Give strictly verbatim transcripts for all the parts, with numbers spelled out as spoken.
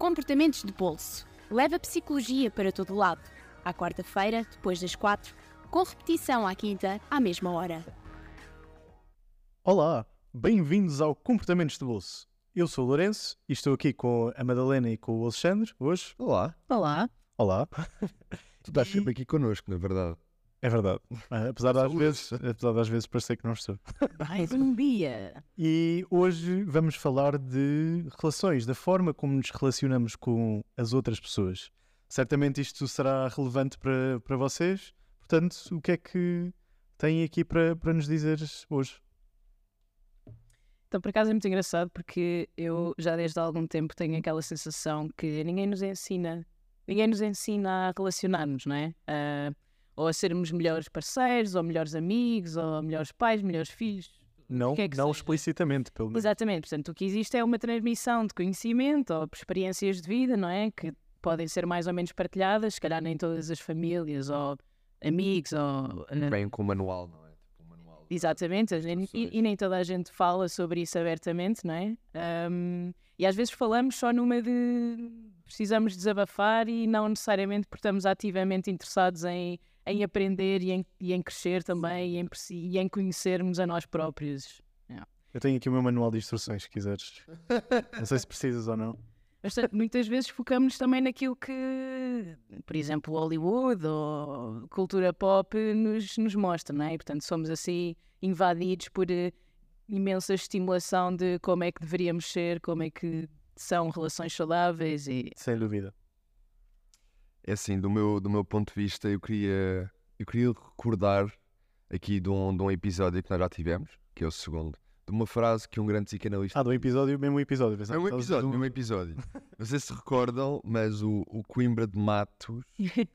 Comportamentos de bolso. Leva psicologia para todo lado. À quarta-feira, depois das quatro, com repetição à quinta, à mesma hora. Olá, bem-vindos ao Comportamentos de Bolso. Eu sou o Lourenço e estou aqui com a Madalena e com o Alexandre hoje. Olá. Olá. Olá. Tu estás sempre aqui connosco, na verdade. É verdade. Ah, apesar, das Saúde. vezes, apesar das vezes parecer que não estou. Mais um dia. E hoje vamos falar de relações, da forma como nos relacionamos com as outras pessoas. Certamente isto será relevante para, para vocês. Portanto, o que é que têm aqui para, para nos dizer hoje? Então, por acaso é muito engraçado porque eu já desde há algum tempo tenho aquela sensação que ninguém nos ensina, ninguém nos ensina a relacionar-nos, não é? A, ou a sermos melhores parceiros, ou melhores amigos, ou melhores pais, melhores filhos. Não, O que é que não seja. explicitamente, pelo menos. Exatamente, portanto, o que existe é uma transmissão de conhecimento ou de experiências de vida, não é? Que podem ser mais ou menos partilhadas, se calhar nem todas as famílias ou amigos ou... Vem com o manual, não é? Tipo, um manual. Exatamente, e, e- e nem toda a gente fala sobre isso abertamente, não é? Ahm, e às vezes falamos só numa de precisamos desabafar e não necessariamente porque estamos ativamente interessados em, em aprender e em, e em crescer também e em, perce- e em conhecermos a nós próprios. Eu tenho aqui o meu manual de instruções, se quiseres. Não sei se precisas ou não. Mas portanto, muitas vezes focamos também naquilo que, por exemplo, Hollywood ou cultura pop nos, nos mostra, não é? E, portanto, somos assim invadidos por eh, imensa estimulação de como é que deveríamos ser, como é que são relações saudáveis e... Sem dúvida. É assim, do meu, do meu ponto de vista, eu queria, eu queria recordar aqui de um, de um episódio que nós já tivemos, que é o segundo, de uma frase que um grande psicanalista... Ah, do episódio, mesmo episódio. É um episódio, Do- é um episódio. Não sei se recordam, mas o, o Coimbra de Matos,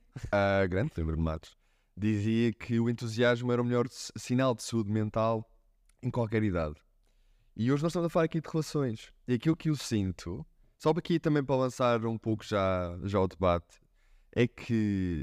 a grande Coimbra de Matos, dizia que o entusiasmo era o melhor s- sinal de saúde mental em qualquer idade. E hoje nós estamos a falar aqui de relações. E aquilo que eu sinto, só para aqui também para lançar um pouco já, já o debate, é que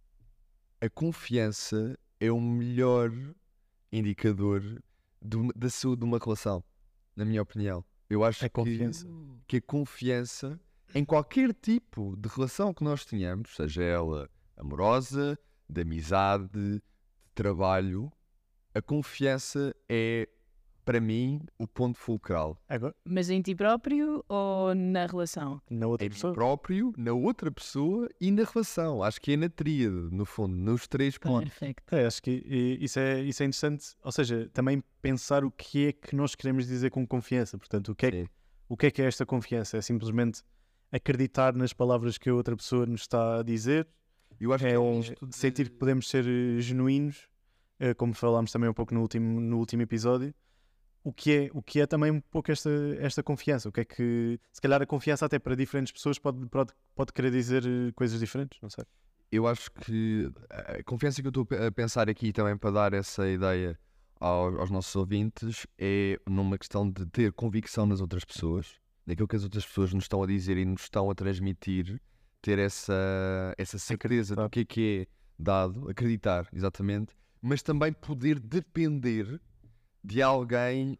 a confiança é o melhor indicador do- da saúde de uma relação, na minha opinião. Eu acho A confiança. que, que a confiança em qualquer tipo de relação que nós tenhamos, seja ela amorosa, de amizade, de trabalho, a confiança é, para mim, o ponto fulcral. Agora, Mas em ti próprio ou na relação? na outra Em mim pessoa. próprio, na outra pessoa e na relação. Acho que é na tríade, no fundo, nos três pontos. Perfeito. É, acho que e- isso é, isso é interessante. Ou seja, também pensar o que é que nós queremos dizer com confiança. Portanto, o que é, que- Sim. o que é que é esta confiança? É simplesmente acreditar nas palavras que a outra pessoa nos está a dizer. Eu acho É que é um misto de... sentir que podemos ser eh, genuínos, eh, como falámos também um pouco no último, no último episódio. O que, é, o que é também um pouco esta, esta confiança? O que é que, se calhar, a confiança até para diferentes pessoas pode, pode, pode querer dizer eh, coisas diferentes, não sei. Eu acho que a confiança que eu estou a pensar aqui também para dar essa ideia ao- aos nossos ouvintes é numa questão de ter convicção nas outras pessoas, naquilo que as outras pessoas nos estão a dizer e nos estão a transmitir, ter essa, essa certeza do que é que é dado, acreditar, exatamente, mas também poder depender de alguém,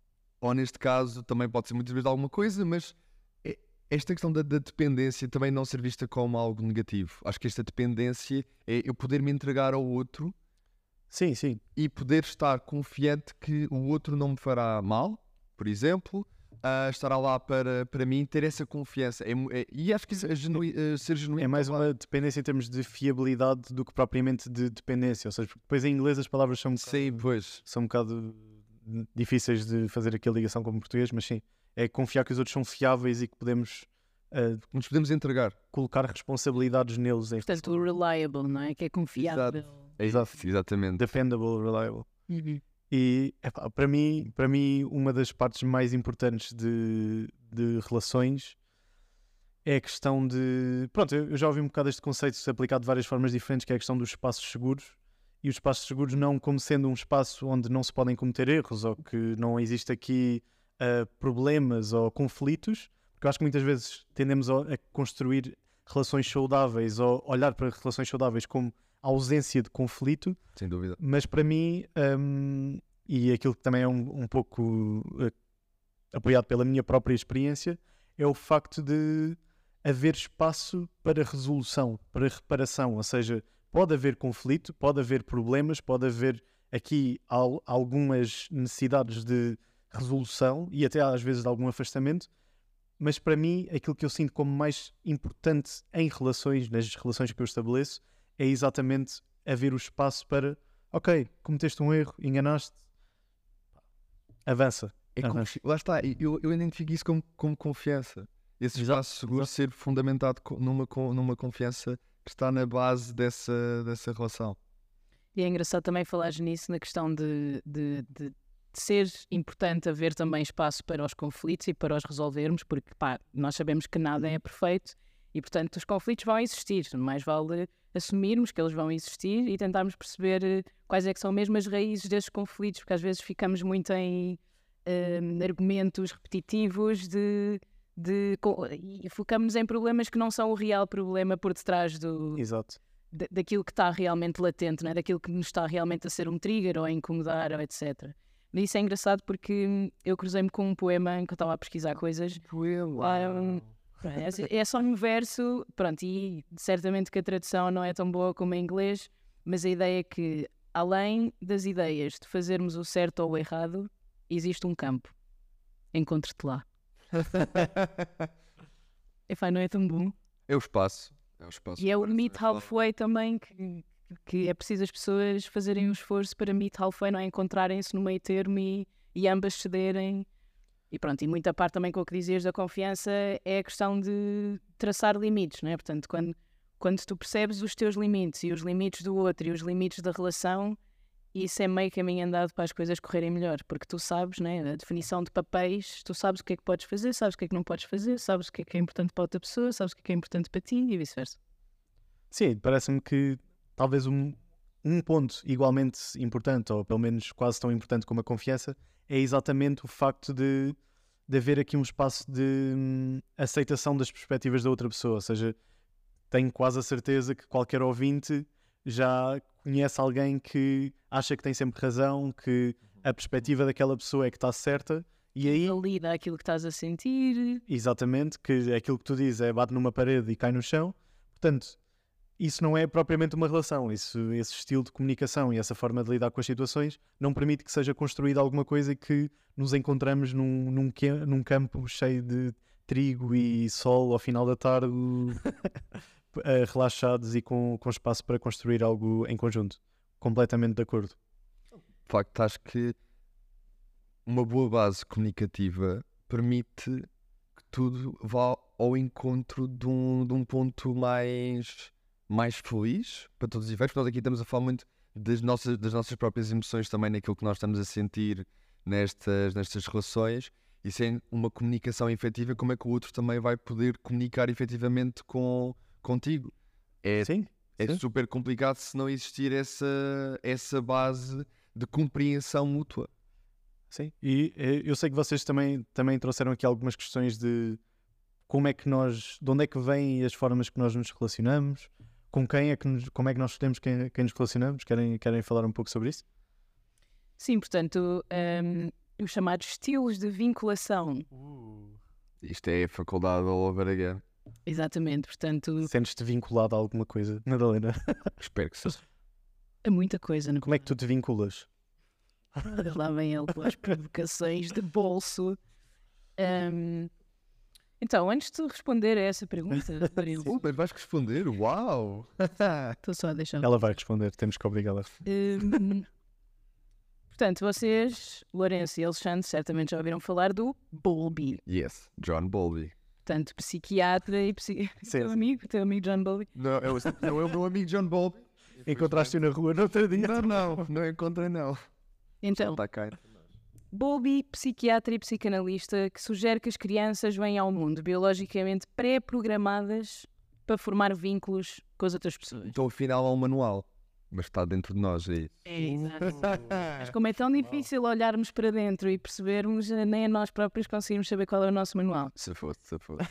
ou neste caso também pode ser muitas vezes de alguma coisa, mas é- esta questão da, da dependência também não ser vista como algo negativo. Acho que esta dependência é eu poder me entregar ao outro Sim, sim. e poder estar confiante que o outro não me fará mal, por exemplo, ah, estará lá para, para mim, ter essa confiança. É mu- é- e acho que isso é genui- eh, ser genuíno. É mais também. uma dependência em termos de fiabilidade do que propriamente de dependência. Ou seja, porque depois em inglês as palavras são um bocado, Sim, pois. são um bocado difíceis de fazer aqui a ligação como português, mas sim, é confiar que os outros são fiáveis e que podemos eh, Nos podemos entregar. colocar responsabilidades neles em Portanto, o reliable, não é? Que é confiável. É Exato. isso, exatamente. dependable, reliable. Uhum. E epá, para mim, para mim, uma das partes mais importantes de, de relações é a questão de. Pronto, eu eu já ouvi um bocado este conceito ser aplicado de várias formas diferentes, que é a questão dos espaços seguros. E os espaços seguros não como sendo um espaço onde não se podem cometer erros ou que não existe aqui ah, problemas ou conflitos, porque eu acho que muitas vezes tendemos a, a construir relações saudáveis ou olhar para relações saudáveis como ausência de conflito, Sem dúvida. mas para mim, hum, e aquilo que também é um, um pouco eh, apoiado pela minha própria experiência, é o facto de haver espaço para resolução, para reparação, ou seja, pode haver conflito, pode haver problemas, pode haver aqui al- algumas necessidades de resolução e até às vezes de algum afastamento, mas para mim aquilo que eu sinto como mais importante em relações, nas relações que eu estabeleço, é exatamente haver o espaço para, ok, cometeste um erro, enganaste, avança. É Aham. confi- Lá está, eu, eu identifico isso como, como confiança. Esse Exato, espaço seguro exato. ser fundamentado co- numa, co- numa confiança que está na base dessa, dessa relação. E é engraçado também falares nisso na questão de, de, de, de ser importante haver também espaço para os conflitos e para os resolvermos, porque pá, nós sabemos que nada é perfeito e, portanto, os conflitos vão existir. Mais vale assumirmos que eles vão existir e tentarmos perceber eh, quais é que são mesmo as raízes desses conflitos, porque às vezes ficamos muito em eh, argumentos repetitivos de, de, co- e focamos em problemas que não são o real problema por detrás do, Exato. da- daquilo que está realmente latente, né? Daquilo que nos está realmente a ser um trigger ou a incomodar, ou etcétera. Mas isso é engraçado porque hum, eu cruzei-me com um poema em que eu estava a pesquisar coisas. Ah, um, é, é só um verso, pronto, e certamente que a tradução não é tão boa como em inglês, mas a ideia é que, além das ideias de fazermos o certo ou o errado, existe um campo. Encontre-te lá. Epá, não é tão bom? É o espaço. É o espaço E é o para meet saber falar. halfway também, que, que é preciso as pessoas fazerem um esforço para meet halfway, não é? Encontrarem-se no meio termo e, e ambas cederem. E pronto, e muita parte também com o que dizias da confiança é a questão de traçar limites, não é? Portanto, quando, quando tu percebes os teus limites e os limites do outro e os limites da relação, isso é meio caminho andado para as coisas correrem melhor, porque tu sabes, né, a definição de papéis, tu sabes o que é que podes fazer, sabes o que é que não podes fazer, sabes o que é que é importante para outra pessoa, sabes o que é que é importante para ti e vice-versa. Sim, parece-me que talvez um, um ponto igualmente importante, ou pelo menos quase tão importante como a confiança, é exatamente o facto de, de haver aqui um espaço de hum, aceitação das perspectivas da outra pessoa. Ou seja, tenho quase a certeza que qualquer ouvinte já conhece alguém que acha que tem sempre razão, que a perspectiva daquela pessoa é que está certa, e aí, Valida aquilo que estás a sentir. exatamente, que aquilo que tu dizes é bate numa parede e cai no chão. Portanto, isso não é propriamente uma relação. Isso, esse estilo de comunicação e essa forma de lidar com as situações não permite que seja construída alguma coisa e que nos encontramos num, num, que- num campo cheio de trigo e sol ao final da tarde, eh, relaxados e com, com espaço para construir algo em conjunto. Completamente de acordo. De facto, acho que uma boa base comunicativa permite que tudo vá ao encontro de um, de um ponto mais, mais feliz para todos os efeitos. Nós aqui estamos a falar muito das nossas, das nossas próprias emoções também, naquilo que nós estamos a sentir nestas, nestas relações, e sem uma comunicação efetiva, como é que o outro também vai poder comunicar efetivamente com, contigo? É, Sim, é sim. super complicado se não existir essa, essa base de compreensão mútua. Sim. E eh, eu sei que vocês também, também trouxeram aqui algumas questões de como é que nós, de onde é que vêm as formas que nós nos relacionamos, com quem é que nos, como é que nós escolhemos quem, quem nos relacionamos. Querem, querem falar um pouco sobre isso? Sim, portanto, hum, os chamados estilos de vinculação. Isto é a faculdade all over again. Exatamente, portanto, Sentes-te vinculado a alguma coisa, Madalena? Espero que seja. há muita coisa. Não? Como é que tu te vinculas? Lá vem ele com as provocações de bolso. Hum, então, antes de responder a essa pergunta, Oh, mas vais responder? Uau! estou só a deixar. Ela vai responder, temos que obrigá-la. Hum, portanto, vocês, Lourenço e Alexandre, certamente já ouviram falar do Bowlby. Yes, John Bowlby. Portanto, psiquiatra e psi... Sim, teu sim. amigo, teu amigo John Bowlby. Não, é o, não é o meu amigo John Bowlby. Encontraste-o na rua no outro dia? Não, não, não encontrei não. Então, Está cá. Bowlby, psiquiatra e psicanalista, que sugere que as crianças vêm ao mundo biologicamente pré-programadas para formar vínculos com as outras pessoas. Então afinal há um manual, mas está dentro de nós aí. É, exato. Mas como é tão difícil olharmos para dentro e percebermos, eh, nem a nós próprios conseguimos saber qual é o nosso manual. Se fosse, se fosse.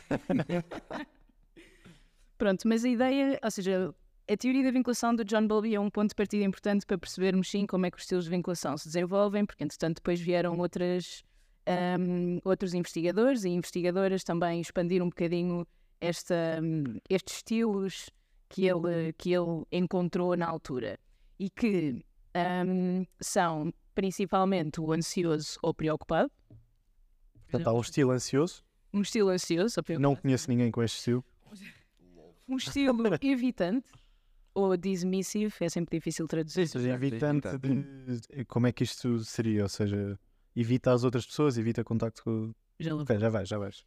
Pronto, mas a ideia, ou seja, a teoria da vinculação do John Bowlby é um ponto de partida importante para percebermos, sim, como é que os estilos de vinculação se desenvolvem, porque, entretanto, depois vieram outras, ahm, outros investigadores e investigadoras também expandir um bocadinho esta, hum, estes estilos que ele, que ele encontrou na altura e que hum, são principalmente o ansioso ou preocupado. Portanto, há um estilo ansioso. Um estilo ansioso ou preocupado. Não conheço ninguém com este estilo. Um estilo evitante ou dismissive, é sempre difícil traduzir. Ou seja, evitante de... Como é que isto seria? Ou seja, evita as outras pessoas, evita contacto com... Já Ok, já vais, já vais.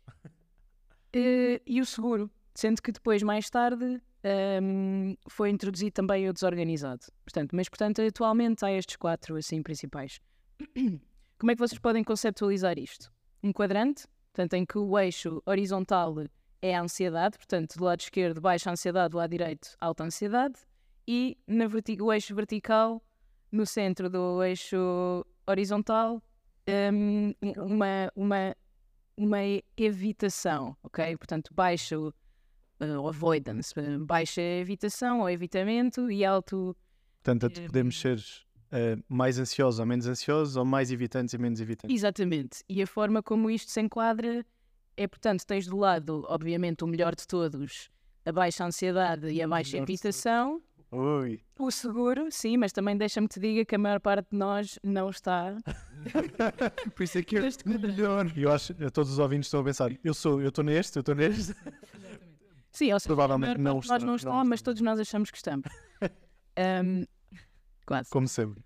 Uh, e o seguro, sendo que depois, mais tarde, um, foi introduzido também o desorganizado. Portanto, mas, portanto, atualmente há estes quatro, assim, principais. Como é que vocês podem conceptualizar isto? Um quadrante, portanto, em que o eixo horizontal é a ansiedade, portanto, do lado esquerdo, baixa ansiedade, do lado direito, alta ansiedade, e na verti- o eixo vertical, no centro do eixo horizontal, um, uma... uma uma evitação, ok? Portanto, baixo uh, avoidance, uh, baixa evitação ou evitamento e alto... Portanto, uh, podemos ser uh, mais ansiosos ou menos ansiosos ou mais evitantes e menos evitantes. Exatamente. E a forma como isto se enquadra é, portanto, tens do lado, obviamente, o melhor de todos, a baixa ansiedade e a baixa evitação. Ui. O seguro, sim, mas também deixa-me te diga que a maior parte de nós não está. Por isso é que é este melhor. Eu acho que todos os ouvintes estão a pensar, eu sou, eu estou neste, eu estou neste. Sim, ou seja, Provavelmente a maior não parte de nós está, não não está, está. mas todos nós achamos que estamos. Um, quase. Como sempre.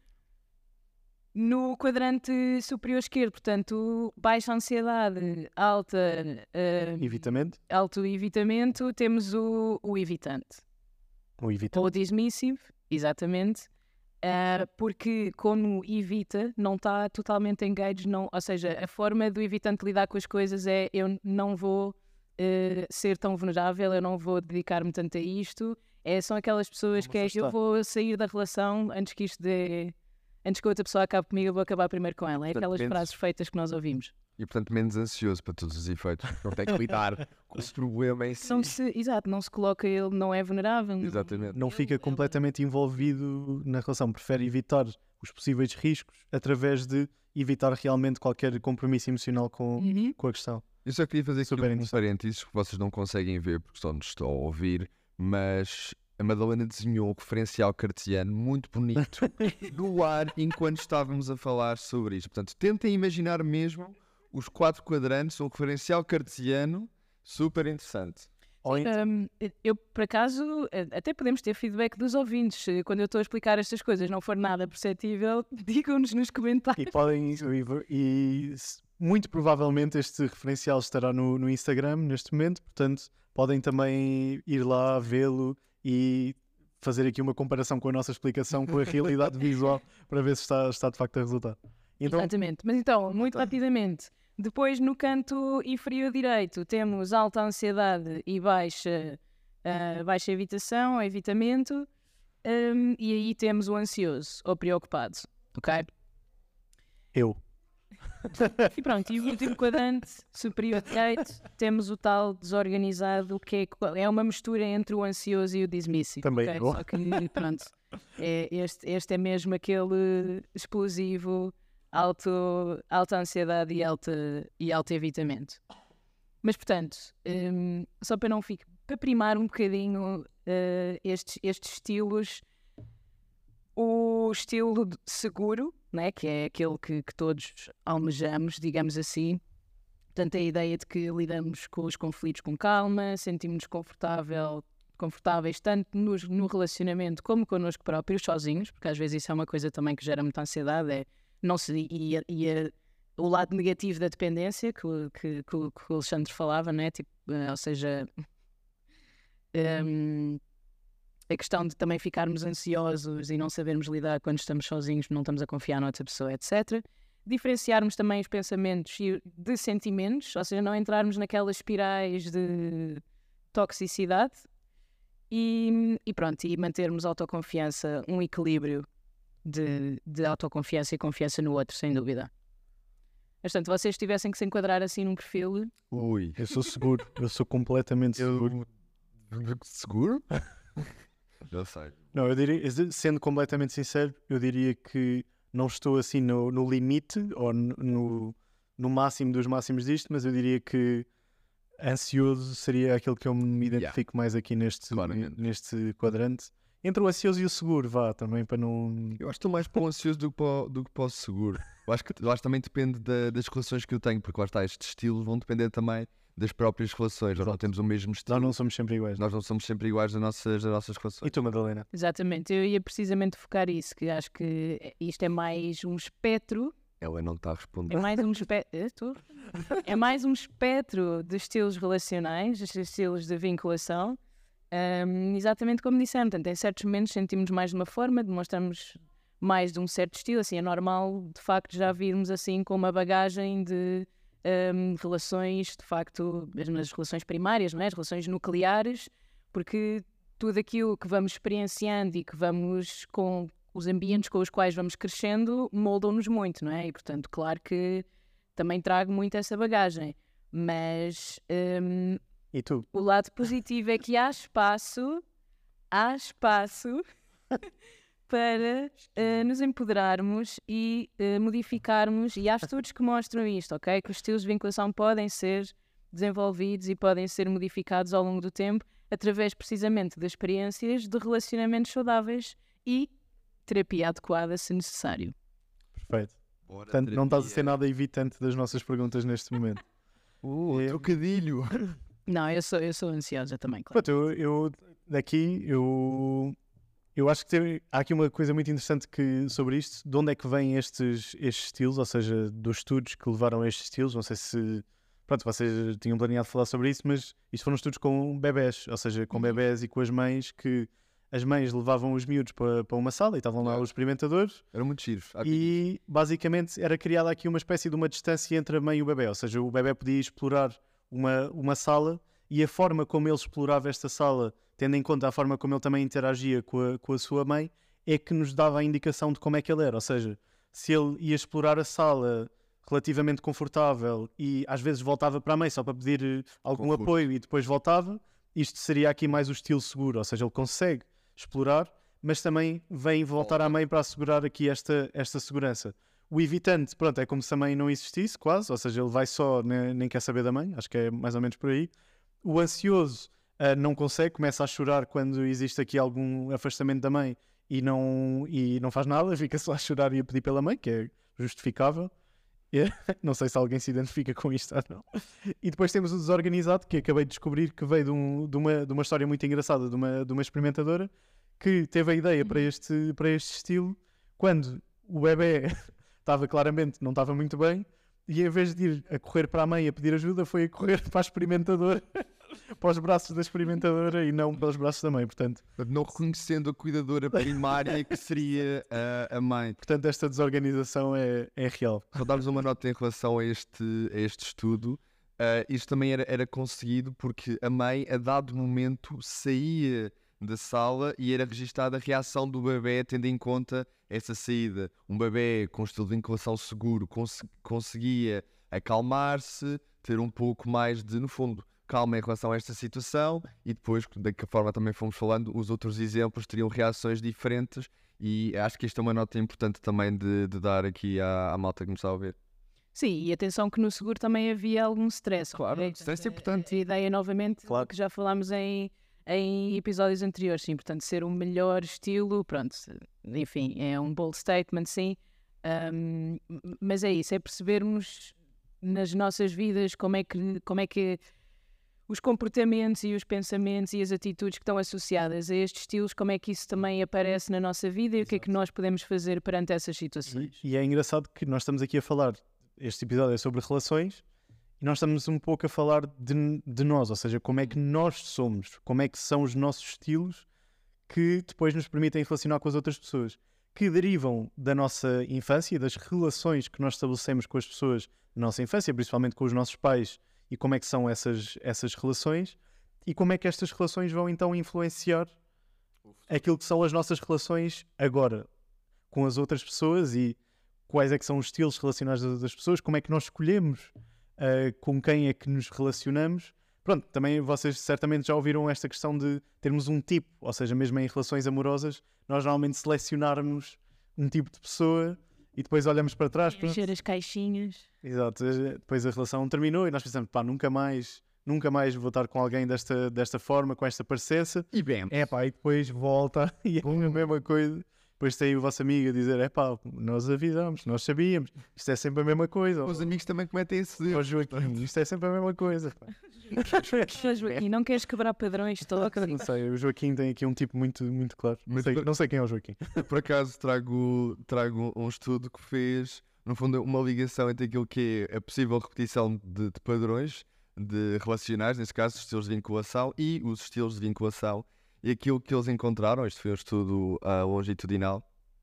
No quadrante superior esquerdo, portanto, baixa ansiedade, alta uh, Evitamento. alto evitamento, temos o, o evitante. O evitante. Ou o dismissive, exatamente, uh, porque como evita, não está totalmente engaged, não, ou seja, a forma do evitante lidar com as coisas é eu não vou uh, ser tão vulnerável, eu não vou dedicar-me tanto a isto. É, são aquelas pessoas Vou-me que é, afastar. eu vou sair da relação antes que isto dê... Antes que a outra pessoa acabe comigo, eu vou acabar primeiro com ela. É Portanto, aquelas menos- frases feitas que nós ouvimos. E portanto menos ansioso para todos os efeitos. Não tem que lidar com o problema em si. Não se, exato, não se coloca, ele não é vulnerável. Exatamente. Não Ele fica é- completamente envolvido na relação. Prefere evitar os possíveis riscos através de evitar realmente qualquer compromisso emocional com, Uhum. com a questão. Eu só queria fazer aqui Super um interessante. parênteses que vocês não conseguem ver porque só nos estão a ouvir, mas a Madalena desenhou um referencial cartesiano muito bonito no ar enquanto estávamos a falar sobre isto. Portanto, tentem imaginar mesmo os quatro quadrantes, um referencial cartesiano super interessante. Ou ent- Um, eu, por acaso, eh, até podemos ter feedback dos ouvintes. Se Quando eu estou a explicar estas coisas não for nada perceptível, digam-nos nos comentários. E podem, e, e s- muito provavelmente este referencial estará no, no Instagram neste momento, portanto podem também ir lá vê-lo e fazer aqui uma comparação com a nossa explicação com a realidade visual para ver se está, está de facto a resultar. Então, Exatamente. Mas então, muito rapidamente, depois no canto inferior direito temos alta ansiedade e baixa, ah, baixa evitação ou evitamento, um, e aí temos o ansioso ou preocupado. Ok? eu. E pronto, e o último quadrante superior direito temos o tal desorganizado, que é, é uma mistura entre o ansioso e o dismissive. Também ok? eu. Só que pronto, é, este, este é mesmo aquele explosivo, alto, alta ansiedade e alta, e alto evitamento. Mas portanto, hum, só para não ficar, para primar um bocadinho eh, estes, estes estilos, o estilo de- seguro, né, que é aquele que, que todos almejamos, digamos assim. Portanto, a ideia de que lidamos com os conflitos com calma, sentimos-nos confortável, confortáveis tanto nos, no relacionamento como connosco próprios, sozinhos, porque às vezes isso é uma coisa também que gera muita ansiedade, é não se, e, a- e a- o lado negativo da dependência, que, o- que, que, o- que o Alexandre falava, né, tipo, eh, ou seja... hum, a questão de também ficarmos ansiosos e não sabermos lidar quando estamos sozinhos, não estamos a confiar noutra pessoa, etcétera. Diferenciarmos também os pensamentos e de sentimentos, ou seja, não entrarmos naquelas espirais de toxicidade e, e pronto, e mantermos autoconfiança, um equilíbrio de, de autoconfiança e confiança no outro, sem dúvida. Mas, portanto, vocês tivessem que se enquadrar assim num perfil, Ui. Eu sou seguro, eu sou completamente seguro. Eu... Seguro? Já sei. Não, eu diria, sendo completamente sincero, eu diria que não estou assim no, no limite ou no, no, no máximo dos máximos disto, mas eu diria que ansioso seria aquele que eu me identifico yeah. mais aqui neste, neste quadrante. Entre o ansioso e o seguro, vá, também para não... Eu acho que estou mais para o ansioso do que para o, do que para o seguro. Eu acho que, eu acho que também depende da, das relações que eu tenho, porque lá está, estes estilos vão depender também das próprias relações. Nós não temos o mesmo estilo. Nós não somos sempre iguais. Nós não somos sempre iguais nas nossas, nas nossas relações. E tu, Madalena? Exatamente, eu ia precisamente focar isso, que acho que isto é mais um espectro. Ela não está a responder. É mais um espectro. É mais um espectro de estilos relacionais, de estilos de vinculação. Um, exatamente como disseram, portanto, em certos momentos sentimos mais de uma forma, demonstramos mais de um certo estilo, assim, é normal de facto já virmos assim com uma bagagem de um, relações, de facto, mesmo nas relações primárias, não é? As relações nucleares, porque tudo aquilo que vamos experienciando e que vamos com os ambientes com os quais vamos crescendo moldam-nos muito, não é? E portanto, claro que também trago muito essa bagagem, mas... Um, E tu? O lado positivo é que há espaço, há espaço para uh, nos empoderarmos e uh, modificarmos, e há estudos que mostram isto, ok? Que os estilos de vinculação podem ser desenvolvidos e podem ser modificados ao longo do tempo através precisamente das experiências de relacionamentos saudáveis e terapia adequada se necessário. Perfeito. Bora, Portanto, terapia. Não estás a ser nada evitante das nossas perguntas neste momento. Uh, é... trocadilho! Não, eu sou, eu sou ansiosa também, claro. Pronto, eu, eu daqui, eu, eu acho que tem, há aqui uma coisa muito interessante que, sobre isto, de onde é que vêm estes, estes estilos, ou seja, dos estudos que levaram a estes estilos, não sei se, pronto, vocês tinham planeado falar sobre isso, mas isto foram estudos com bebés, ou seja, com bebés e com as mães, que as mães levavam os miúdos para, para uma sala e estavam lá os experimentadores. Eram muito giros. E, basicamente, era criada aqui uma espécie de uma distância entre a mãe e o bebé, ou seja, o bebé podia explorar Uma, uma sala e a forma como ele explorava esta sala, tendo em conta a forma como ele também interagia com a, com a sua mãe, é que nos dava a indicação de como é que ele era. Ou seja, se ele ia explorar a sala relativamente confortável e às vezes voltava para a mãe só para pedir algum Conforto. apoio e depois voltava, isto seria aqui mais o estilo seguro. Ou seja, ele consegue explorar, mas também vem voltar à mãe para assegurar aqui esta, esta segurança. O evitante, pronto, é como se a mãe não existisse, quase, ou seja, ele vai só, nem, nem quer saber da mãe, acho que é mais ou menos por aí. O ansioso uh, não consegue, começa a chorar quando existe aqui algum afastamento da mãe e não, e não faz nada, fica só a chorar e a pedir pela mãe, que é justificável. Yeah. Não sei se alguém se identifica com isto ou não. E depois temos o desorganizado, que acabei de descobrir que veio de, um, de, uma, de uma história muito engraçada de uma, de uma experimentadora que teve a ideia para este, para este estilo quando o bebê... estava claramente, não estava muito bem, e em vez de ir a correr para a mãe a pedir ajuda, foi a correr para a experimentadora, para os braços da experimentadora e não para os braços da mãe, portanto... Não reconhecendo a cuidadora primária que seria a, a mãe. Portanto, esta desorganização é, é real. Só darmos uma nota em relação a este, a este estudo. Uh, isto também era, era conseguido porque a mãe, a dado momento, saía da sala e era registada a reação do bebê, tendo em conta essa saída. Um bebê com estilo de vinculação seguro cons- conseguia acalmar-se, ter um pouco mais de, no fundo, calma em relação a esta situação, e depois, da que forma também fomos falando, os outros exemplos teriam reações diferentes, e acho que isto é uma nota importante também de, de dar aqui à, à malta que nos está a ouvir. Sim, e atenção que no seguro também havia algum stress. Claro, okay? stress é importante. A ideia, novamente, claro. que já falámos em... em episódios anteriores, sim, portanto, ser o melhor estilo, pronto, enfim, é um bold statement, sim, um, mas é isso, é percebermos nas nossas vidas como é que, como é que os comportamentos e os pensamentos e as atitudes que estão associadas a estes estilos, como é que isso também aparece na nossa vida e Exato. O que é que nós podemos fazer perante essas situações. E, e é engraçado que nós estamos aqui a falar, este episódio é sobre relações, e nós estamos um pouco a falar de, de nós, ou seja, como é que nós somos, como é que são os nossos estilos que depois nos permitem relacionar com as outras pessoas, que derivam da nossa infância, das relações que nós estabelecemos com as pessoas na nossa infância, principalmente com os nossos pais, e como é que são essas, essas relações, e como é que estas relações vão então influenciar aquilo que são as nossas relações agora com as outras pessoas, e quais é que são os estilos relacionados das outras pessoas, como é que nós escolhemos Uh, com quem é que nos relacionamos. Pronto, também vocês certamente já ouviram esta questão de termos um tipo, ou seja, mesmo em relações amorosas, nós normalmente selecionarmos um tipo de pessoa e depois olhamos para trás. Encher as caixinhas. Exato, depois a relação terminou e nós pensamos, pá, nunca mais, nunca mais vou estar com alguém desta, desta forma, com esta parecença. E bem, É pá, e depois volta e é a mesma coisa. Depois tem o vosso amigo a dizer, é pá, nós avisamos, nós sabíamos, isto é sempre a mesma coisa. os amigos também cometem esse erro. Ó Joaquim, isto é sempre a mesma coisa. Pá. Mas, Joaquim, não queres quebrar padrões todos? Não sei, o Joaquim tem aqui um tipo muito, muito claro. Não Mas sei, por- não sei quem é o Joaquim. Por acaso trago, trago um estudo que fez, no fundo, uma ligação entre aquilo que é a possível repetição de, de padrões de relacionais, neste caso, os estilos de vinculação e os estilos de vinculação. E aquilo que eles encontraram, isto foi um estudo ah, longitudinal,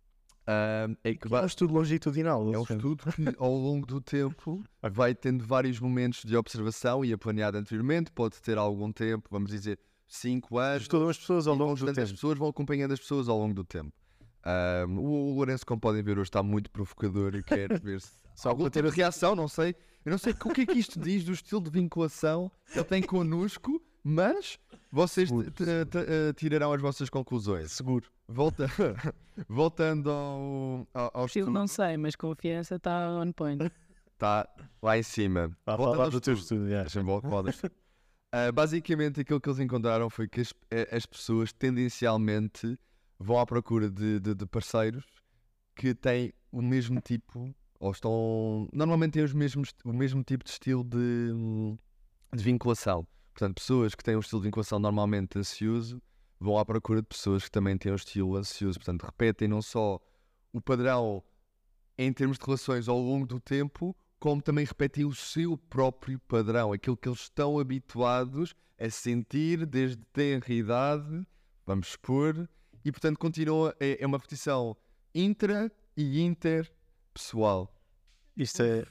ah, é que É ba- um estudo longitudinal. é um Alexandre. estudo que ao longo do tempo vai tendo vários momentos de observação e é planeado anteriormente, pode ter algum tempo, vamos dizer cinco anos. Estudam as pessoas ao E, longo do portanto, as tempo. pessoas vão acompanhando as pessoas ao longo do tempo. Ah, o, o Lourenço, como podem ver, hoje está muito provocador e quer ver se Só algum para ter tipo de reação, não sei. Eu não sei o que é que isto diz do estilo de vinculação que ele tem connosco, mas vocês t- t- t- eh, tirarão as vossas conclusões. Seguro. Volta, voltando ao, ao, ao Estilo estudo, não sei, mas confiança está on point. está lá em cima. Vá Voltando falar ao do teu estudo. estudo. já. Deixa-me vol- rodas. Ah, basicamente, aquilo que eles encontraram foi que as, eh, as pessoas tendencialmente vão à procura de, de- de parceiros que têm o mesmo tipo, ou estão. Normalmente têm os mesmos, o mesmo tipo de estilo de, hum, de vinculação. Portanto, pessoas que têm um estilo de vinculação normalmente ansioso vão à procura de pessoas que também têm um estilo ansioso. Portanto, repetem não só o padrão em termos de relações ao longo do tempo, como também repetem o seu próprio padrão, aquilo que eles estão habituados a sentir desde tenra idade, vamos supor, e portanto continua, é, é uma repetição intra e interpessoal. Isto é,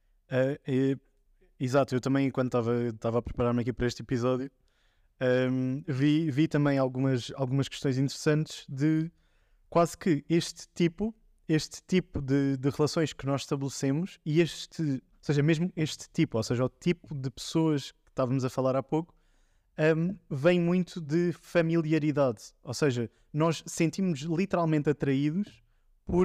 é, é- Exato, eu também, quando estava estava a preparar-me aqui para este episódio, hum, vi, vi também algumas, algumas questões interessantes de quase que este tipo, este tipo de, de relações que nós estabelecemos e este, ou seja, mesmo este tipo, ou seja, o tipo de pessoas que estávamos a falar há pouco, hum, vem muito de familiaridade. Ou seja, nós sentimos literalmente atraídos por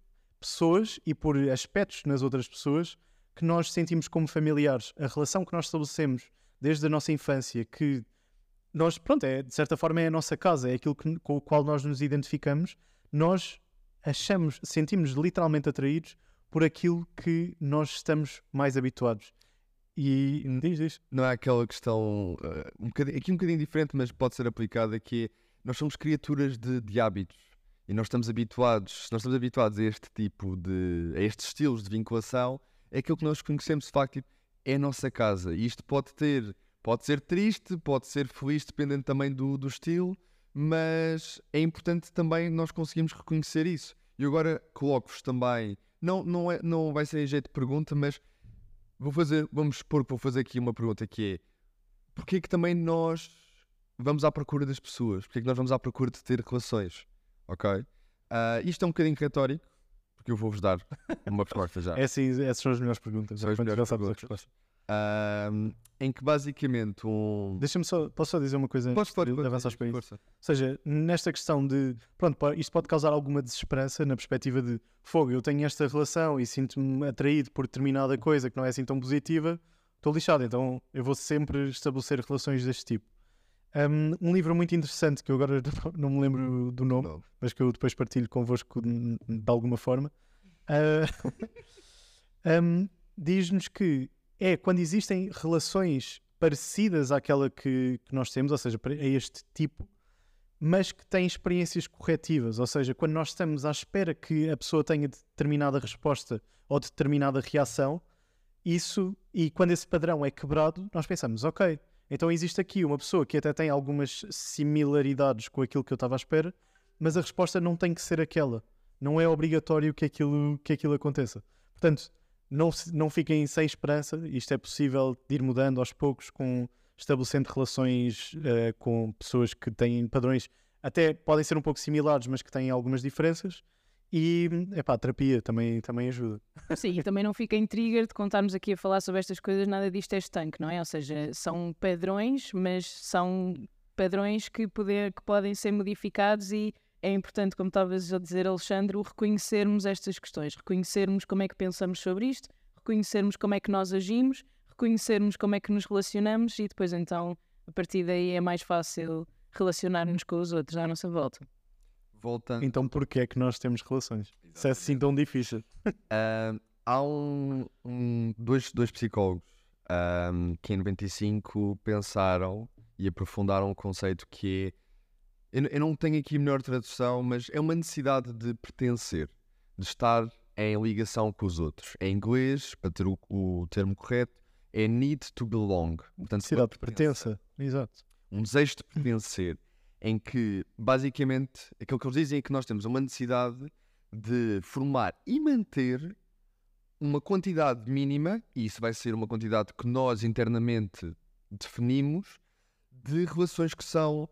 pessoas e por aspectos nas outras pessoas que nós sentimos como familiares. A relação que nós estabelecemos desde a nossa infância, que nós, pronto, é, de certa forma é a nossa casa, é aquilo que- com o qual nós nos identificamos, nós achamos, sentimos literalmente atraídos por aquilo que nós estamos mais habituados. E diz, diz. Não é aquela questão, eh, um bocadinho, aqui um bocadinho diferente, mas pode ser aplicada, que é, nós somos criaturas de, de hábitos e nós estamos habituados, se nós estamos habituados a este tipo de, a estes estilos de vinculação, é aquilo que nós conhecemos de facto, tipo, é a nossa casa. E isto pode ter, pode ser triste, pode ser feliz, dependendo também do, do estilo, mas é importante também nós conseguirmos reconhecer isso. E agora coloco-vos também, não, não, é, não vai ser em jeito de pergunta, mas vou fazer, vamos supor que vou fazer aqui uma pergunta que é: porquê que também nós vamos à procura das pessoas? Porquê que nós vamos à procura de ter relações? Ok? Ah, isto é um bocadinho retórico, porque eu vou-vos dar uma resposta já. Essa, essas são as melhores perguntas. São as Quando melhores já sabes a perguntas. resposta. Ah, em que basicamente um. Deixa-me só, posso só dizer uma coisa Podes, antes podes, de podes, avançares para isso? força. Ou seja, nesta questão de, pronto, pá, isto pode causar alguma desesperança na perspectiva de fogo, eu tenho esta relação e sinto-me atraído por determinada coisa que não é assim tão positiva, estou lixado, então eu vou sempre estabelecer relações deste tipo. Um, um livro muito interessante que eu agora não me lembro do nome, Não. mas que eu depois partilho convosco de, de alguma forma, uh, um, diz-nos que é quando existem relações parecidas àquela que, que nós temos, ou seja, para- a este tipo, mas que têm experiências corretivas, ou seja, quando nós estamos à espera que a pessoa tenha determinada resposta ou determinada reação, isso, e quando esse padrão é quebrado, nós pensamos, ok, então existe aqui uma pessoa que até tem algumas similaridades com aquilo que eu estava à espera, mas a resposta não tem que ser aquela. Não é obrigatório que aquilo, que aquilo aconteça. Portanto, não, se- não fiquem sem esperança. Isto é possível de ir mudando aos poucos, com, estabelecendo relações eh, com pessoas que têm padrões, até podem ser um pouco similares, mas que têm algumas diferenças. E, epá, a terapia também, também ajuda. Sim, e também não fiquem trigger de contarmos aqui a falar sobre estas coisas, nada disto é estanque, não é? Ou seja, são padrões, mas são padrões que, poder, que podem ser modificados e é importante, como estavas a dizer, Alexandre, o reconhecermos estas questões, reconhecermos como é que pensamos sobre isto, reconhecermos como é que nós agimos, reconhecermos como é que nos relacionamos e depois então, a partir daí é mais fácil relacionar-nos com os outros à nossa volta. Voltando. Então porquê é que nós temos relações? Se é assim tão difícil. Uh, há um, um- dois, dois psicólogos um, que em noventa e cinco pensaram e aprofundaram um conceito que é, eu, eu não tenho aqui a melhor tradução, mas é uma necessidade de pertencer, de estar em ligação com os outros. Em inglês, para ter o, o termo correto, é need to belong. Portanto, Necessidade de uma pertença. pertença. Exato. Um desejo de pertencer, em que, basicamente, aquilo que eles dizem é que nós temos uma necessidade de formar e manter uma quantidade mínima, e isso vai ser uma quantidade que nós internamente definimos, de relações que são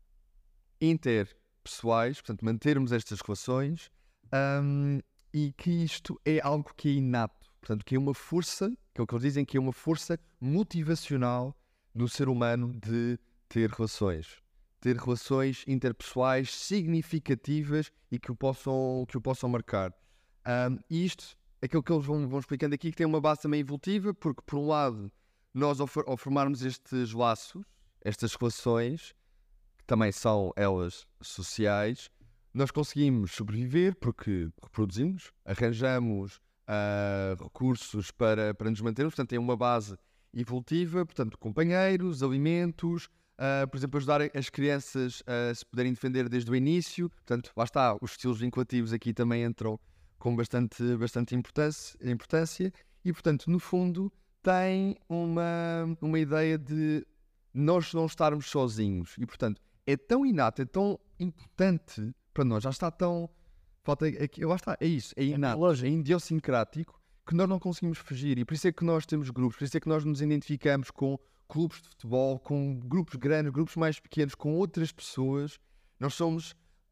interpessoais, portanto, mantermos estas relações, hum, e que isto é algo que é inato, portanto, que é uma força, que é o que eles dizem que é uma força motivacional do ser humano de ter relações. Ter relações interpessoais significativas e que o possam, que o possam marcar. Um, e isto, aquilo que eles vão, vão explicando aqui, que tem uma base também evolutiva, porque, por um lado, nós ao, ao formarmos estes laços, estas relações, que também são elas sociais, nós conseguimos sobreviver porque reproduzimos, arranjamos uh, recursos para, para nos mantermos, portanto, tem uma base evolutiva, portanto, companheiros, alimentos. Uh, por exemplo, ajudar as crianças a se poderem defender desde o início. Portanto, lá está, os estilos vinculativos aqui também entram com bastante, bastante importância, importância e, portanto, no fundo, tem uma, uma ideia de nós não estarmos sozinhos. E, portanto, é tão inato, é tão importante para nós, já está tão... Falta aqui, lá está, é isso, é inato, é idiosincrático, que nós não conseguimos fugir. E por isso é que nós temos grupos, por isso é que nós nos identificamos com clubes de futebol, com grupos grandes, grupos mais pequenos, com outras pessoas. Nós somos,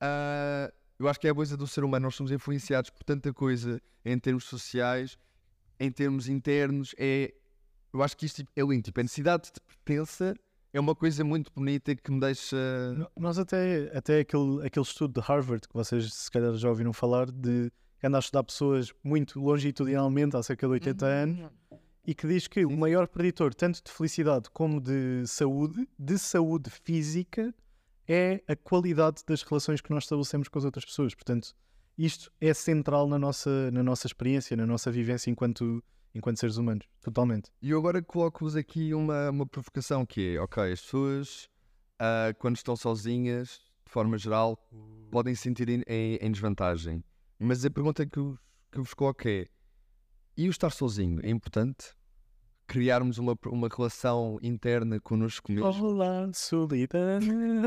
uh, eu acho que é a coisa do ser humano, nós somos influenciados por tanta coisa em termos sociais, em termos internos. É, eu acho que isto é o íntimo, a necessidade de pertença é uma coisa muito bonita que me deixa... Nós até, até aquele, aquele estudo de Harvard, que vocês se calhar já ouviram falar, de que anda a estudar pessoas muito longitudinalmente, há cerca de oitenta anos, e que diz que o maior preditor, tanto de felicidade como de saúde, de saúde física, é a qualidade das relações que nós estabelecemos com as outras pessoas. Portanto, isto é central na nossa, na nossa experiência, na nossa vivência enquanto, enquanto seres humanos. Totalmente. E eu agora coloco-vos aqui uma, uma provocação que é, ok, as pessoas, uh, quando estão sozinhas, de forma geral, podem se sentir em, em, em desvantagem. Mas a pergunta que eu, que eu vos coloco é, e o estar sozinho é importante? Criarmos uma, uma relação interna connosco mesmos? Olá, solidão.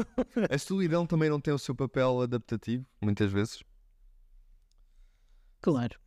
A solidão também não tem o seu papel adaptativo, muitas vezes? Claro.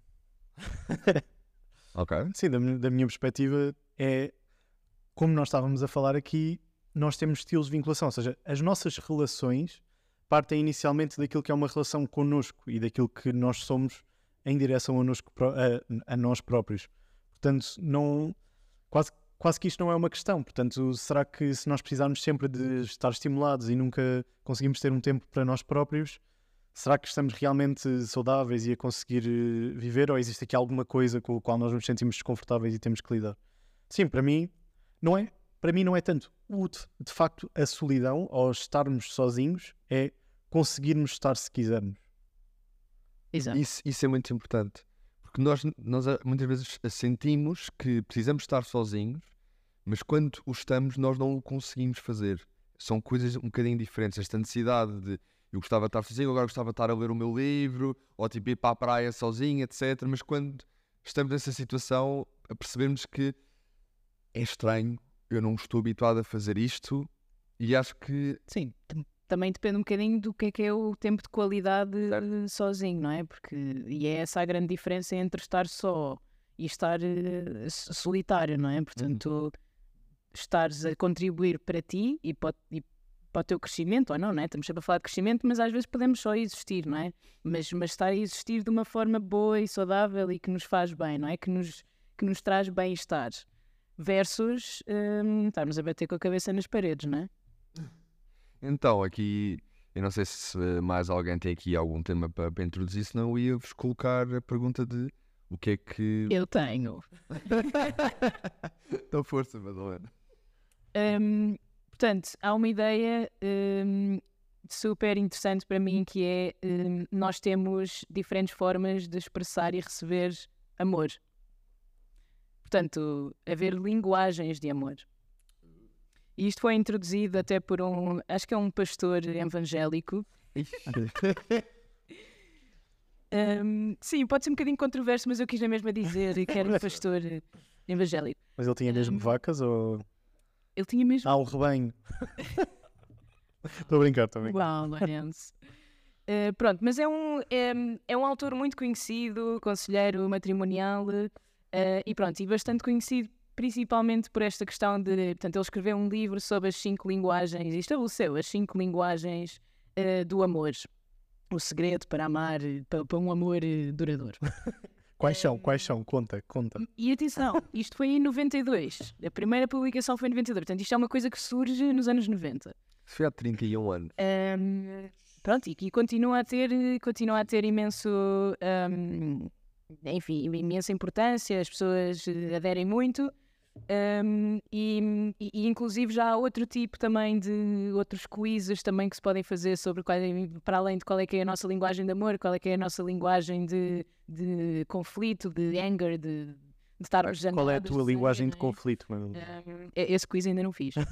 Ok. Sim, da, da minha perspectiva, é como nós estávamos a falar aqui, nós temos estilos de vinculação, ou seja, as nossas relações partem inicialmente daquilo que é uma relação connosco e daquilo que nós somos em direção a, nosco, a, a nós próprios. Portanto, não, quase, quase que isto não é uma questão. Portanto, será que se nós precisarmos sempre de estar estimulados e nunca conseguimos ter um tempo para nós próprios, será que estamos realmente saudáveis e a conseguir viver, ou existe aqui alguma coisa com a qual nós nos sentimos desconfortáveis e temos que lidar? Sim, para mim não é, para mim não é tanto o de, de facto a solidão ou estarmos sozinhos, é conseguirmos estar se quisermos. Exato. Isso, isso é muito importante, porque nós, nós muitas vezes sentimos que precisamos estar sozinhos, mas quando o estamos nós não o conseguimos fazer. São coisas um bocadinho diferentes. Esta necessidade de eu gostava de estar sozinho, agora gostava de estar a ler o meu livro, ou tipo ir para a praia sozinho, etcétera. Mas quando estamos nessa situação, percebemos que é estranho, eu não estou habituado a fazer isto, e acho que... Sim, também depende um bocadinho do que é que é o tempo de qualidade certo. Sozinho, não é? Porque, e é essa a grande diferença entre estar só e estar uh, solitário, não é? Portanto, uhum. estares a contribuir para ti e para, e para o teu crescimento, ou não, não é? Estamos sempre a falar de crescimento, mas às vezes podemos só existir, não é? Mas, mas estar a existir de uma forma boa e saudável e que nos faz bem, não é? Que nos, que nos traz bem-estar. Versus um, estarmos a bater com a cabeça nas paredes, não é? Então, aqui, eu não sei se mais alguém tem aqui algum tema para, para introduzir, senão eu ia-vos colocar a pergunta de O que é que... Eu tenho. Então força, Madalena. Um, portanto, há uma ideia um, super interessante para mim que é um, nós temos diferentes formas de expressar e receber amor. Portanto, haver linguagens de amor. E isto foi introduzido até por um, acho que é um pastor evangélico. Um, sim, pode ser um bocadinho controverso, mas eu quis na mesma dizer que era um pastor evangélico. Mas ele tinha mesmo Um, vacas ou... Ele tinha mesmo... Ah, um rebanho. Estou a brincar também. Uau, Lourenço. Uh, pronto, mas é um, é, é um autor muito conhecido, conselheiro matrimonial, uh, e pronto, e bastante conhecido principalmente por esta questão de... Portanto, ele escreveu um livro sobre as cinco linguagens, e estabeleceu as cinco linguagens uh, do amor. O segredo para amar, para, para um amor uh, duradouro. Quais são? Quais são? Conta, conta. E atenção, isto foi em noventa e dois. A primeira publicação foi em noventa e dois. Portanto, isto é uma coisa que surge nos anos noventa. Isso foi há trinta e um anos. Um, pronto, e que continua a ter, continua a ter imenso, um, enfim, imensa importância, as pessoas aderem muito. Um, e, e inclusive já há outro tipo também de outros quizzes também que se podem fazer sobre qual, para além de qual é que é a nossa linguagem de amor, qual é que é a nossa linguagem de, de conflito, de anger, de, de estarmos zangados. Qual é a tua de linguagem sangue, de não é? conflito, mano? Um, esse quiz ainda não fiz.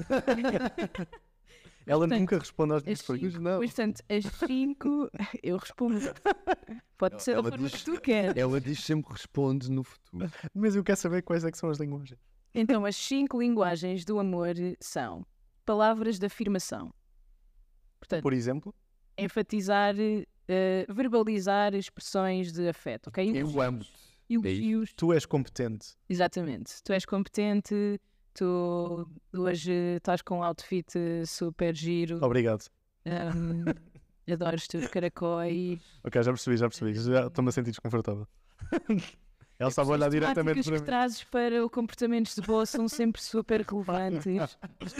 Ela portanto, nunca responde aos As meus cinco, perguntas, não. portanto, as cinco eu respondo. Pode ser Ela a forma diz- que tu queres. Ela diz sempre responde no futuro. Mas eu quero saber quais é que são as linguagens. Então, as cinco linguagens do amor são palavras de afirmação. Portanto, Por exemplo, enfatizar, eh, verbalizar expressões de afeto, ok? Eu amo-te. Elogios, tu és competente. exatamente. Tu és competente, tu hoje estás com um outfit super giro, Obrigado. um, adoro os teus caracóis. Ok, já percebi, já percebi. Já estou-me a sentir desconfortável. Ela estava a olhar As diretamente temáticas para que mim. trazes para o comportamentos de boa são sempre super relevantes.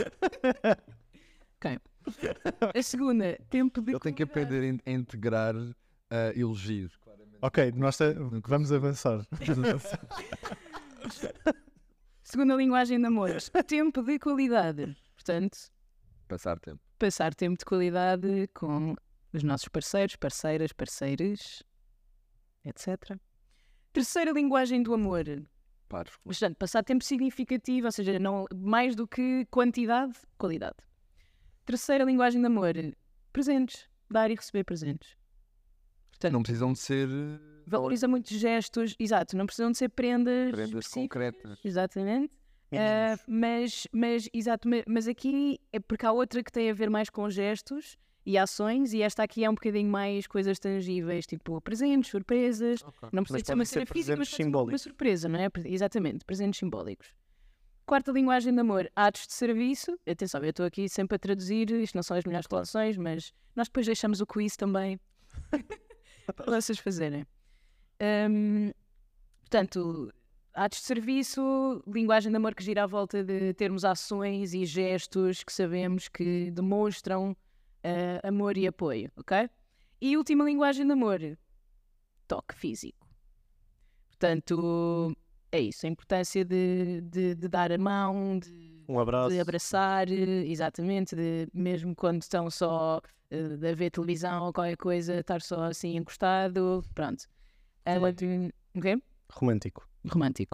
Ok. A segunda, tempo de Ele tem que qualidade. aprender a in- a integrar ah, elogios. Claramente. Ok, nós te- vamos avançar. Segunda linguagem de amor, tempo de qualidade. Portanto, Passar tempo. passar tempo de qualidade com os nossos parceiros, parceiras, parceiros, etcétera. Terceira linguagem do amor. Pares. Portanto, passar tempo significativo, ou seja, não, mais do que quantidade, qualidade. Terceira linguagem de amor, presentes. Dar e receber presentes. Portanto, Não precisam de ser valoriza muitos gestos, exato, não precisam de ser prendas, prendas específicas. concretas. Exatamente. Ah, mas, mas, exato, ma- mas aqui é porque há outra que tem a ver mais com gestos e ações, e esta aqui é um bocadinho mais coisas tangíveis, tipo presentes, surpresas. Não precisa Mas de ser uma podem ser cena física, mas presentes pode ser uma- uma simbólicos. surpresa, não é? Exatamente, presentes simbólicos. Quarta linguagem de amor, atos de serviço. Atenção, eu estou aqui sempre a traduzir, isto não são as melhores relações, mas nós depois deixamos o quiz também para vocês fazerem. Hum, portanto, atos de serviço, linguagem de amor que gira à volta de termos ações e gestos que sabemos que demonstram ah, amor e apoio, ok? E última linguagem de amor, toque físico. Portanto, é isso, a importância de, de, de dar a mão, de, Um abraço. de abraçar, eh, exatamente, de, mesmo quando estão só eh, de ver televisão ou qualquer coisa, estar só assim encostado, pronto. Ela tem... Ok? Romântico. Romântico.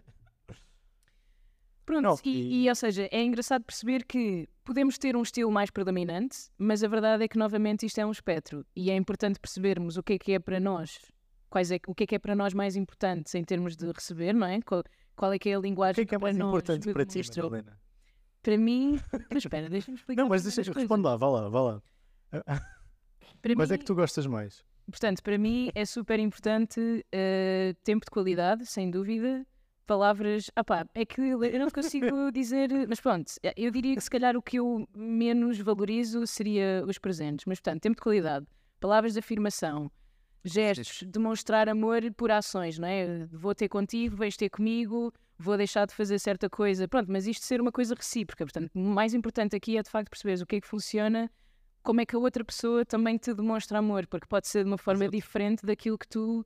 Pronto, Não, e, e- e, ou seja, é engraçado perceber que podemos ter um estilo mais predominante, mas a verdade é que novamente isto é um espectro e é importante percebermos o que é que é para nós, quais é, o que é que é para nós mais importante em termos de receber, não é? Qual, qual é que é a O linguagem que é que é para mais nós importante para ti, demonstrou? Madalena? Para mim, mas espera, deixa-me explicar. Não, mas uma deixa, das responde coisas. lá, vá lá, vá lá. Para Quais mim, é que tu gostas mais? Portanto, para mim é super importante eh, tempo de qualidade, sem dúvida. Palavras, ah pá, é que eu não consigo dizer, mas pronto, eu diria que se calhar o que eu menos valorizo seria os presentes, mas portanto, tempo de qualidade, palavras de afirmação, gestos, demonstrar amor por ações, não é? Vou ter contigo, vais ter comigo, vou deixar de fazer certa coisa, pronto, mas isto ser uma coisa recíproca, portanto, o mais importante aqui é de facto perceberes o que é que funciona, como é que a outra pessoa também te demonstra amor, porque pode ser de uma forma Exato. diferente daquilo que tu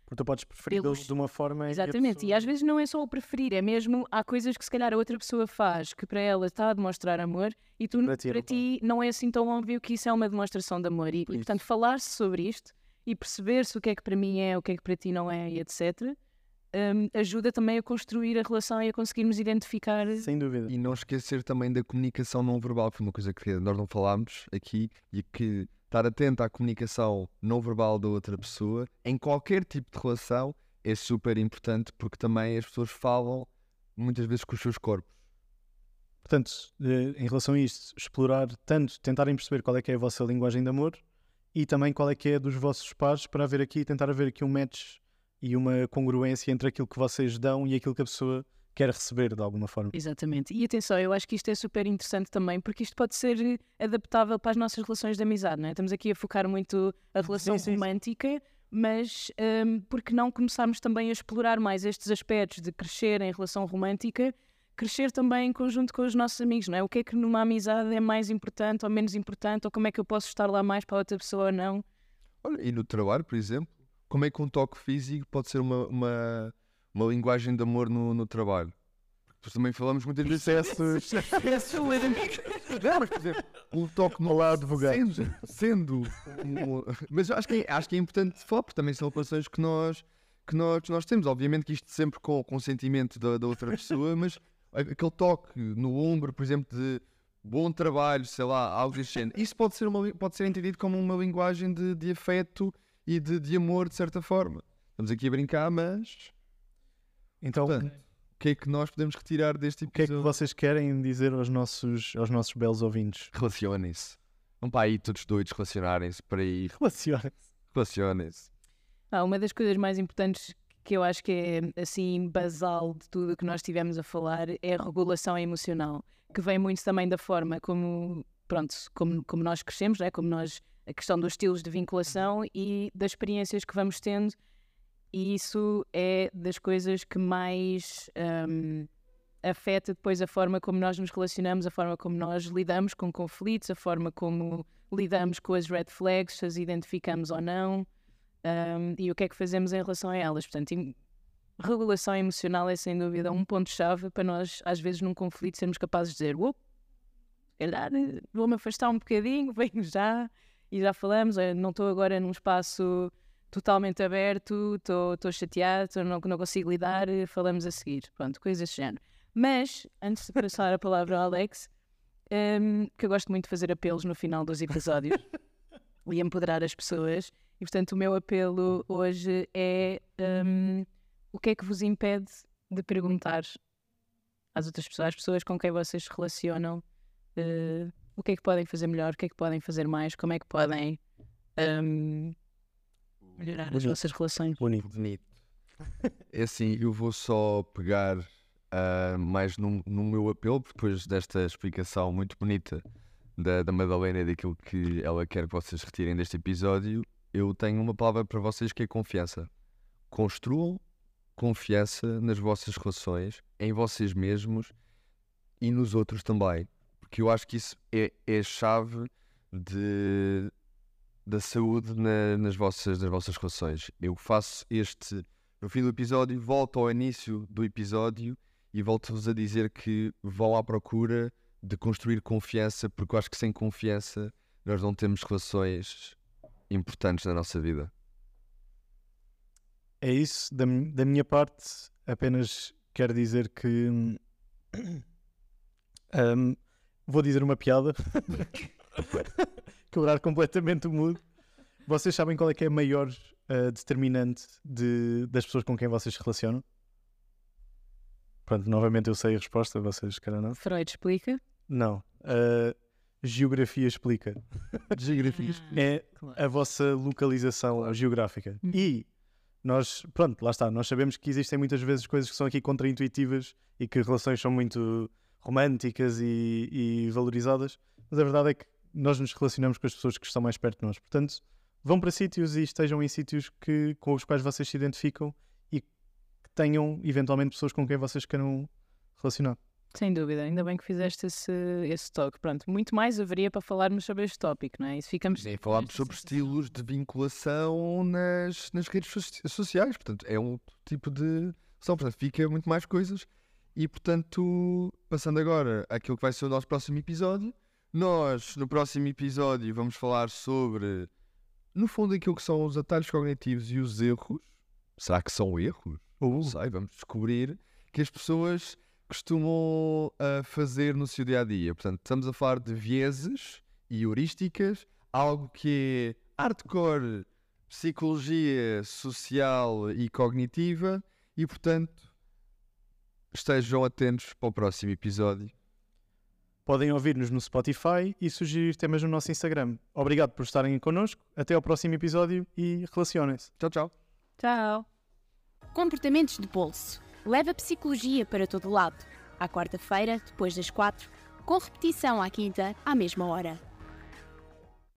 Porque tu podes preferir Pelos- de uma forma... Exatamente, e, e a às vezes não é só o preferir, é mesmo, há coisas que se calhar a outra pessoa faz que para ela está a demonstrar amor e tu, Para para ti ti, não não é assim tão óbvio que isso é uma demonstração de amor. E, e, portanto, falar-se sobre isto e perceber-se o que é que para mim é, o que é que para ti não é, e etcétera, hum, ajuda também a construir a relação e a conseguirmos identificar. Sem dúvida. E não esquecer também da comunicação não verbal, que foi uma coisa que nós não falámos aqui, e que estar atento à comunicação não verbal da outra pessoa, em qualquer tipo de relação, é super importante, porque também as pessoas falam muitas vezes com os seus corpos. Portanto, eh, em relação a isto, explorar tanto, tentarem perceber qual é que é a vossa linguagem de amor e também qual é que é a dos vossos pares, para haver aqui, tentar haver aqui um match e uma congruência entre aquilo que vocês dão e aquilo que a pessoa quer receber de alguma forma. Exatamente. E atenção, eu acho que isto é super interessante também, porque isto pode ser eh, adaptável para as nossas relações de amizade, não é? Estamos aqui a focar muito a relação Sim, sim, sim. romântica, mas hum, por que não começarmos também a explorar mais estes aspectos de crescer em relação romântica, crescer também em conjunto com os nossos amigos, não é? O que é que numa amizade é mais importante ou menos importante, ou como é que eu posso estar lá mais para a outra pessoa ou não? Olha, e no trabalho, por exemplo, como é que um toque físico pode ser uma, uma, uma linguagem de amor no, no trabalho? Porque também falamos muitas vezes... Processos. Não, mas, por exemplo, um toque no Olá, advogado. Sendo, sendo um- mas eu acho que, é, acho que é importante falar, porque também são relações que nós, que nós, que nós temos. Obviamente que isto sempre com o consentimento da, da outra pessoa, mas aquele toque no ombro, por exemplo, de bom trabalho, sei lá, algo desse género, isso pode ser, uma, li- pode ser entendido como uma linguagem de, de afeto e de, de amor, de certa forma. Estamos aqui a brincar, mas Então, portanto, o que é que nós podemos retirar deste o que é que episódio? vocês querem dizer aos nossos, aos nossos belos ouvintes? Relacionem-se. Vão para aí todos doidos relacionarem-se, para aí, Relacionem-se. relacionem-se. Ah, uma das coisas mais importantes que eu acho que é assim basal de tudo o que nós estivemos a falar é a regulação emocional, que vem muito também da forma como, pronto, como, como nós crescemos, né? Como nós, a questão dos estilos de vinculação e das experiências que vamos tendo, e isso é das coisas que mais hum, afeta depois a forma como nós nos relacionamos, a forma como nós lidamos com conflitos, a forma como lidamos com as red flags, se as identificamos ou não. Um, e o que é que fazemos em relação a elas. Portanto, em- regulação emocional é sem dúvida um ponto-chave para nós, às vezes, num conflito, sermos capazes de dizer: "Uop, se calhar eh, vou-me afastar um bocadinho, venho já", e já falamos, eh, não estou agora num espaço totalmente aberto, estou estou chateado, tô- não, não consigo lidar, eh, falamos a seguir. Pronto, coisas desse género. Mas, antes de passar a palavra ao Alex, um, que eu gosto muito de fazer apelos no final dos episódios e empoderar as pessoas. E, portanto, o meu apelo hoje é hum, o que é que vos impede de perguntar às outras pessoas, às pessoas com quem vocês se relacionam, eh, o que é que podem fazer melhor, o que é que podem fazer mais, como é que podem hum, melhorar as Bonito. vossas relações. Bonito. Bonito. É assim, eu vou só pegar ah, mais no, no meu apelo, porque depois desta explicação muito bonita da, da Madalena e daquilo que ela quer que vocês retirem deste episódio, eu tenho uma palavra para vocês que é confiança. Construam confiança nas vossas relações, em vocês mesmos e nos outros também. Porque eu acho que isso é, é a chave de, da saúde na- nas, vossas, nas vossas relações. Eu faço este, no fim do episódio, volto ao início do episódio e volto-vos a dizer que vão à procura de construir confiança, porque eu acho que sem confiança nós não temos relações importantes na nossa vida. É isso, da, mi- da minha parte, apenas quero dizer que hum, hum, vou dizer uma piada, quebrar completamente o mood. Vocês sabem qual é que é a maior uh, determinante de, das pessoas com quem vocês se relacionam? Pronto, novamente eu sei a resposta, vocês se calhar não. Freud explica. Não. Uh, geografia explica. Geografia. É Claro. a vossa localização geográfica. Uhum. E nós, pronto, lá está, nós sabemos que existem muitas vezes coisas que são aqui contraintuitivas e que relações são muito românticas e, e valorizadas, mas a verdade é que nós nos relacionamos com as pessoas que estão mais perto de nós. Portanto, vão para sítios e estejam em sítios que, com os quais vocês se identificam e que tenham eventualmente pessoas com quem vocês queiram relacionar. Sem dúvida, ainda bem que fizeste esse, esse toque. Pronto, muito mais haveria para falarmos sobre este tópico, não é? Isso ficamos. Nem falámos sobre estilos de vinculação nas, nas redes so- sociais, portanto, é um tipo de. Só, portanto, fica muito mais coisas. E, portanto, passando agora àquilo que vai ser o nosso próximo episódio, nós, no próximo episódio, vamos falar sobre, no fundo, aquilo que são os atalhos cognitivos e os erros. Será que são erros? Não sei, vamos descobrir que as pessoas costumam uh, fazer no seu dia-a-dia. Portanto, estamos a falar de vieses e heurísticas, algo que é hardcore psicologia social e cognitiva e, portanto, estejam atentos para o próximo episódio. Podem ouvir-nos no Spotify e sugerir temas no nosso Instagram. Obrigado por estarem connosco. Até ao próximo episódio e relacionem-se. Tchau, tchau. Tchau! Comportamentos de bolso. Leva a psicologia para todo lado. À quarta-feira, depois das quatro, com repetição à quinta, à mesma hora.